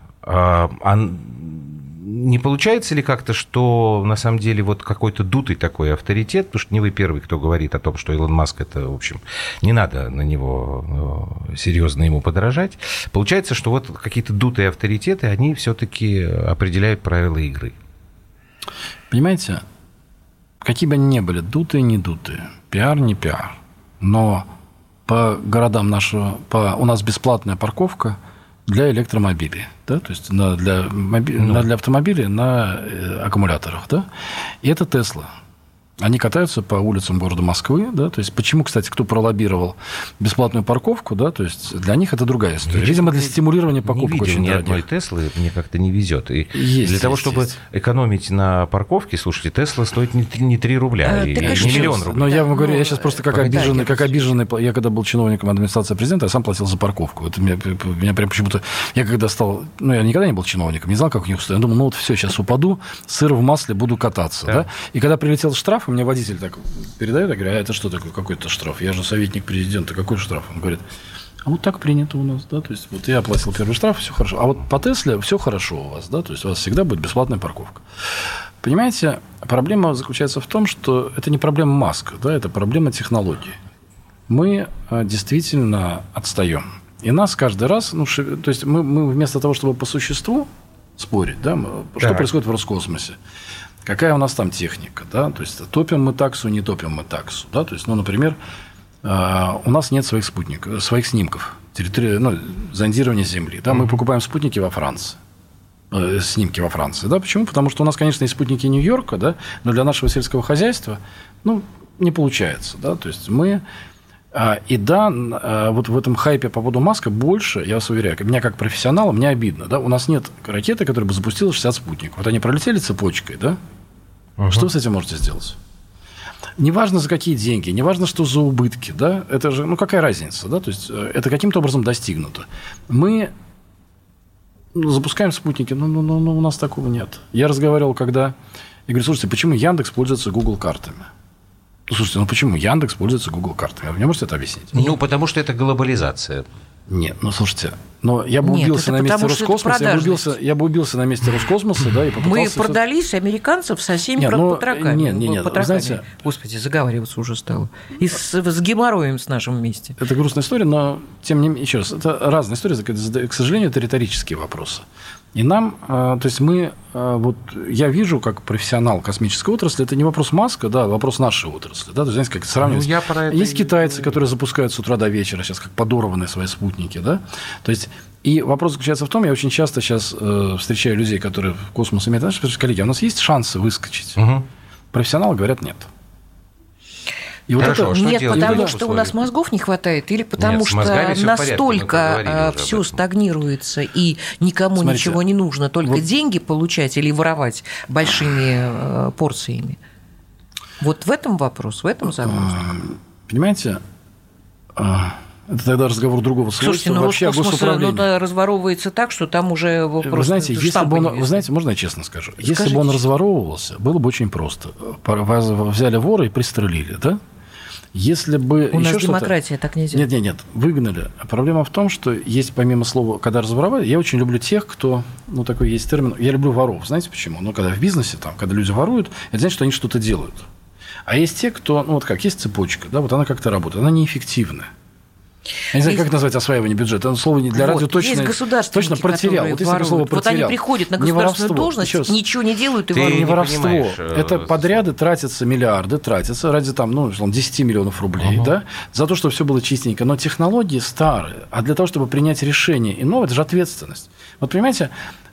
Не получается ли как-то, что на самом деле вот какой-то дутый такой авторитет, потому что не вы первый, кто говорит о том, что Илон Маск это, в общем, не надо на него серьезно ему подражать. Получается, что вот какие-то дутые авторитеты, они все-таки определяют правила игры. Понимаете, какие бы они ни были, дутые, не дутые, пиар, не пиар, но по городам нашего, у нас бесплатная парковка для электромобилей, да, то есть для автомобилей на аккумуляторах, да, и это Тесла. Они катаются по улицам города Москвы, да, то есть почему, кстати, кто пролоббировал бесплатную парковку, да, то есть для них это другая история. Видимо, для стимулирования покупок очень ни одной Теслы мне как-то не везет. И для того, чтобы экономить на парковке, слушайте, Тесла стоит не 3 рубля, и не миллион рублей. Но я вам говорю, я сейчас просто как обиженный, я когда был чиновником администрации президента, я сам платил за парковку. Это меня прям почему-то, я когда стал, я никогда не был чиновником, не знал, как у них устроено. Я думал, все, сейчас упаду, сыр в масле, буду кататься, да. И когда прилетел штраф, мне водитель так передает, я говорю, а это что такое, какой-то штраф? Я же советник президента, какой штраф? Он говорит, а вот так принято у нас, да, то есть вот я оплатил первый штраф, все хорошо, а вот по Тесле все хорошо у вас, да, то есть у вас всегда будет бесплатная парковка. Понимаете, проблема заключается в том, что это не проблема Маска, да, это проблема технологий. Мы действительно отстаем. И нас каждый раз, то есть мы вместо того, чтобы по существу спорить, да, что происходит в Роскосмосе, какая у нас там техника, да, то есть топим мы таксу, не топим мы таксу, да, то есть, например, у нас нет своих спутников, своих снимков, зондирования Земли, да, мы покупаем спутники во Франции, снимки во Франции, да, почему? Потому что у нас, конечно, есть спутники Нью-Йорка, да, но для нашего сельского хозяйства, не получается, да, то есть мы И да, вот в этом хайпе по поводу Маска больше, я вас уверяю, меня как профессионала, мне обидно. Да? У нас нет ракеты, которая бы запустила 60 спутников. Вот они пролетели цепочкой, да? Что вы с этим можете сделать? Неважно, за какие деньги, неважно, что за убытки, да? Это же, какая разница, да? То есть, это каким-то образом достигнуто. Мы запускаем спутники, у нас такого нет. Я разговаривал, когда... Я говорю, слушайте, почему Яндекс пользуется Google картами? Слушайте, почему Яндекс пользуется Google картами? Вы мне можете это объяснить? Потому что это глобализация. Нет, слушайте, но я бы убился на месте Роскосмоса, я бы убился на месте Роскосмоса, да, и попытался... Мы продались американцев со всеми потрохами. Нет, знаете... Господи, заговариваться уже стало. И с геморроем с нашим вместе. Это грустная история, но, тем не менее, еще раз, это разная история, к сожалению, это риторические вопросы. И нам, то есть мы, я вижу, как профессионал космической отрасли, это не вопрос Маска, да, вопрос нашей отрасли. Да, то есть, знаете, как сравнивать. Есть китайцы, которые запускают с утра до вечера сейчас как подорванные свои спутники, да. То есть, и вопрос заключается в том, я очень часто сейчас встречаю людей, которые в космос имеют отношение, спрашивают, коллеги, а у нас есть шансы выскочить? Профессионалы говорят, нет. И Хорошо, вот это... Нет, потому что у нас мозгов не хватает, или потому что настолько все стагнируется, и никому ничего не нужно, только деньги получать или воровать большими порциями. Вот в этом вопрос, в этом загвоздка. Понимаете, это тогда разговор другого свойства. Слушайте, вообще Роскосмос разворовывается так, что там уже просто вы знаете, можно я честно скажу? Если бы он разворовывался, было бы очень просто. Взяли вора и пристрелили, да? Если бы у нас демократия, так нельзя. Нет, выгнали. Проблема в том, что есть помимо слова, когда разворовали, я очень люблю тех, кто, такой есть термин, я люблю воров. Знаете почему? Когда в бизнесе, когда люди воруют, это значит, что они что-то делают. А есть те, кто, есть цепочка, да, вот она как-то работает, она неэффективная. Я не знаю, как назвать осваивание бюджета. Это слово для радио точно протерял. Вот если слово протерял. Вот они приходят на государственную должность, ничего не делают и воруют. Не воровство. Это подряды тратятся, миллиарды тратятся ради 10 миллионов рублей, да, за то, чтобы все было чистенько. Но технологии старые. А для того, чтобы принять решение иного, это же ответственность. Вот понимаете,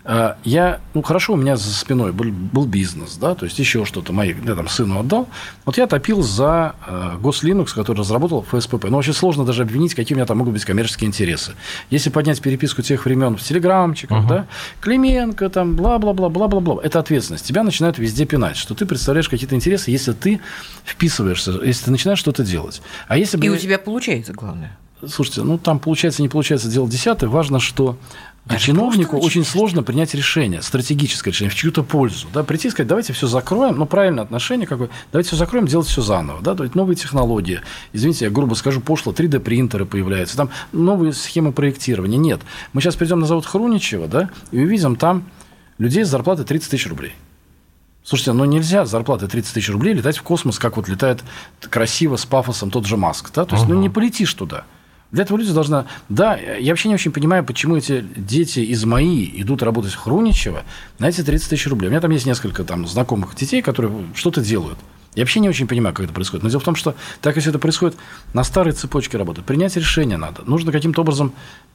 хорошо, у меня за спиной был бизнес, да, то есть еще что-то, я сыну отдал. Вот я топил за Гослинукс, который разработал ФСПП. Но очень сложно даже обвинить, какие у меня там могут быть коммерческие интересы. Если поднять переписку тех времен в телеграмчиках, да, Клименко, бла-бла-бла, это ответственность. Тебя начинают везде пинать, что ты представляешь какие-то интересы, если ты вписываешься, если ты начинаешь что-то делать. А если бы... И у тебя получается, главное. Слушайте, там получается, не получается, дело десятое. Важно, что чиновнику очень сложно принять решение, стратегическое решение, в чью-то пользу. Да, прийти и сказать, давайте все закроем, правильное отношение, давайте все закроем, делать все заново. Да, то есть новые технологии, извините, я грубо скажу, пошло, 3D-принтеры появляются, там новые схемы проектирования. Нет, мы сейчас придем на завод Хруничева, да, и увидим там людей с зарплатой 30 тысяч рублей. Слушайте, нельзя с зарплатой 30 тысяч рублей летать в космос, как летает красиво, с пафосом тот же Маск. Да? То есть, не полетишь туда. Для этого люди должны... Да, я вообще не очень понимаю, почему эти дети из МАИ идут работать в Хруничево на эти 30 тысяч рублей. У меня там есть несколько знакомых детей, которые что-то делают. Я вообще не очень понимаю, как это происходит. Но дело в том, что так, если это происходит на старой цепочке работы, принять решение надо. Нужно каким-то образом...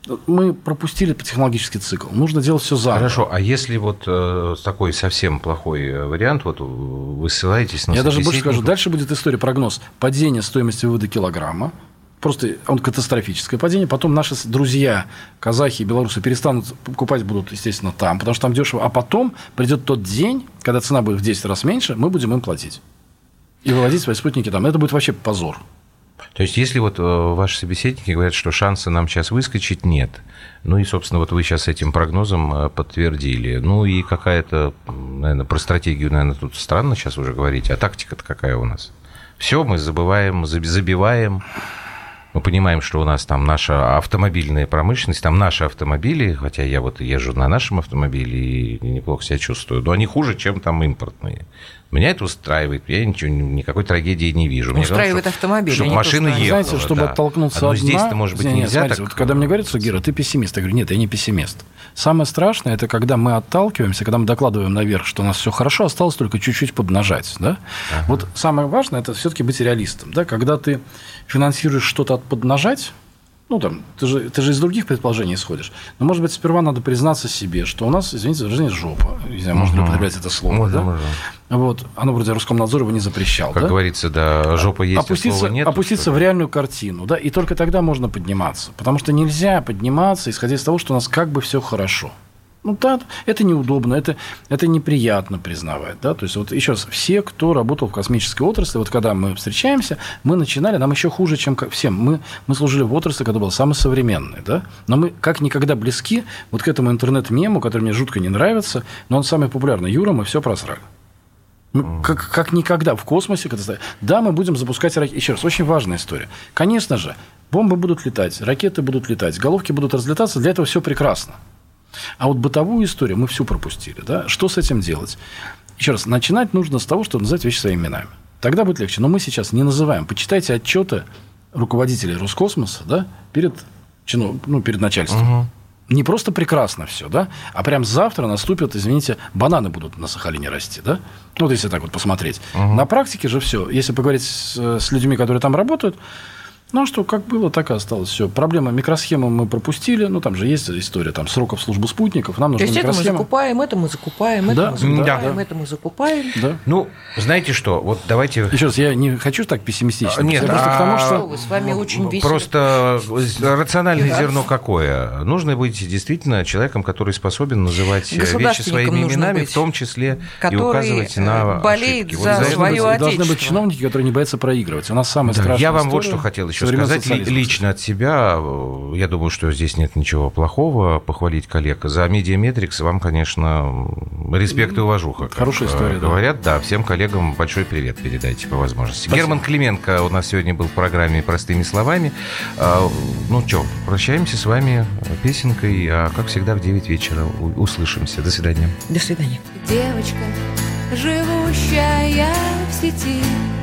Мы пропустили технологический цикл. Нужно делать все заново. Хорошо, а если такой совсем плохой вариант, вы ссылаетесь на... Я даже больше скажу. Дальше будет история, прогноз. Падение стоимости вывода килограмма. Просто он катастрофическое падение. Потом наши друзья, казахи и белорусы, перестанут покупать, будут, естественно, там, потому что там дешево. А потом придет тот день, когда цена будет в 10 раз меньше, мы будем им платить. И выводить свои спутники там. Это будет вообще позор. То есть, если ваши собеседники говорят, что шанса нам сейчас выскочить нет, и, собственно, вы сейчас этим прогнозом подтвердили, и какая-то, наверное, про стратегию, наверное, тут странно сейчас уже говорить, а тактика-то какая у нас? Все, мы забываем, забиваем. Мы понимаем, что у нас там наша автомобильная промышленность, там наши автомобили, хотя я езжу на нашем автомобиле и неплохо себя чувствую, но они хуже, чем там импортные. Меня это устраивает, я никакой трагедии не вижу. Устраивает автомобиль. Чтобы машина ехала. Знаете, чтобы оттолкнуться от дна... здесь-то, может быть, нельзя. Смотрите, когда мне говорят, что, Гера, ты пессимист, я говорю, нет, я не пессимист. Самое страшное, это когда мы отталкиваемся, когда мы докладываем наверх, что у нас все хорошо, осталось только чуть-чуть поднажать. Да? Самое важное, это все-таки быть реалистом. Да? Когда ты финансируешь что-то от поднажать, Ну, там, ты же из других предположений исходишь. Но, может быть, сперва надо признаться себе, что у нас, извините, выражение жопа. Не знаю, можно ли употреблять это слово. Можно. Вот. Оно, вроде, Роскомнадзор его не запрещал. Как говорится, да, жопа есть, а слова нет. Опуститься в реальную картину, да, и только тогда можно подниматься. Потому что нельзя подниматься, исходя из того, что у нас как бы все хорошо. Ну, да, это неудобно, это неприятно признавать. Да? То есть, вот еще раз, все, кто работал в космической отрасли, вот когда мы встречаемся, мы начинали, нам еще хуже, чем всем. Мы служили в отрасли, которая была самой современной. Да? Но мы как никогда близки вот к этому интернет-мему, который мне жутко не нравится, но он самый популярный. Юра, мы все просрали. Как никогда в космосе. Да, мы будем запускать ракеты. Еще раз, очень важная история. Конечно же, бомбы будут летать, ракеты будут летать, головки будут разлетаться. Для этого все прекрасно. А вот бытовую историю мы всю пропустили. Да? Что с этим делать? Еще раз, начинать нужно с того, что называть вещи своими именами. Тогда будет легче. Но мы сейчас не называем. Почитайте отчеты руководителей Роскосмоса, да, перед начальством. Угу. Не просто прекрасно все, да, а прям завтра наступят, извините, бананы будут на Сахалине расти. Да? Вот если так вот посмотреть. Угу. На практике же все. Если поговорить с людьми, которые там работают, ну, что как было, так и осталось. Все. Проблема микросхемы мы пропустили. Ну, там же есть история сроков службы спутников. Нам нужна микросхема. То есть, это мы закупаем, это мы закупаем. Да. Ну, знаете что, вот давайте... Еще раз, я не хочу так пессимистично. Нет, потому что с вами очень весело. Просто рациональное зерно какое? Нужно быть действительно человеком, который способен называть вещи своими именами, в том числе и указывать на болеет ошибки. За свое отечество. Должны быть чиновники, которые не боятся проигрывать. У нас самая страшная история. Я вам вот что хотел еще сказать лично от себя. Я думаю, что здесь нет ничего плохого. Похвалить коллег. За Медиаметрикс вам, конечно, респект и уважуха. Хорошая история, говорят, да. Всем коллегам большой привет передайте по возможности. Спасибо. Герман Клименко у нас сегодня был в программе «Простыми словами». Ну что, прощаемся с вами песенкой. А как всегда в 9 вечера услышимся. До свидания. До свидания. Девочка, живущая в сети,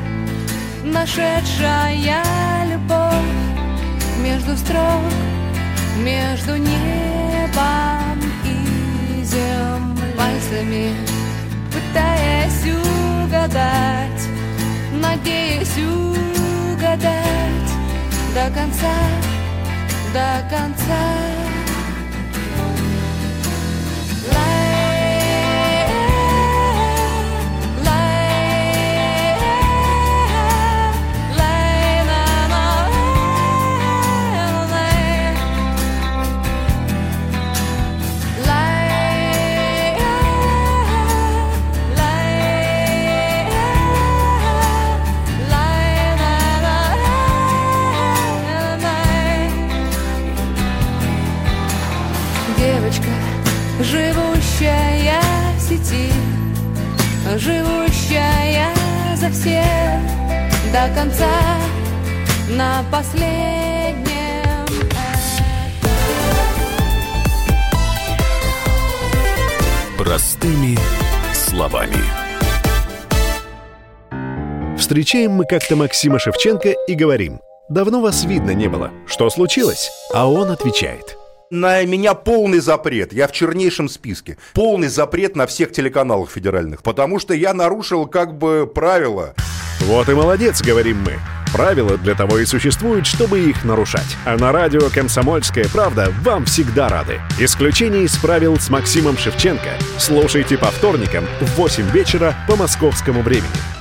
нашедшая любовь между строк, между небом и землей, пальцами пытаясь угадать, надеясь угадать до конца, до конца. Живущая в сети, живущая за всех до конца, на последнем Простыми словами. Встречаем мы как-то Максима Шевченко и говорим: давно вас видно не было. Что случилось? А он отвечает: на меня полный запрет, я в чернейшем списке. Полный запрет на всех телеканалах федеральных, потому что я нарушил как бы правила. Вот и молодец, говорим мы. Правила для того и существуют, чтобы их нарушать. А на радио «Комсомольская правда» вам всегда рады. Исключение из правил с Максимом Шевченко слушайте по вторникам в 8 вечера по московскому времени.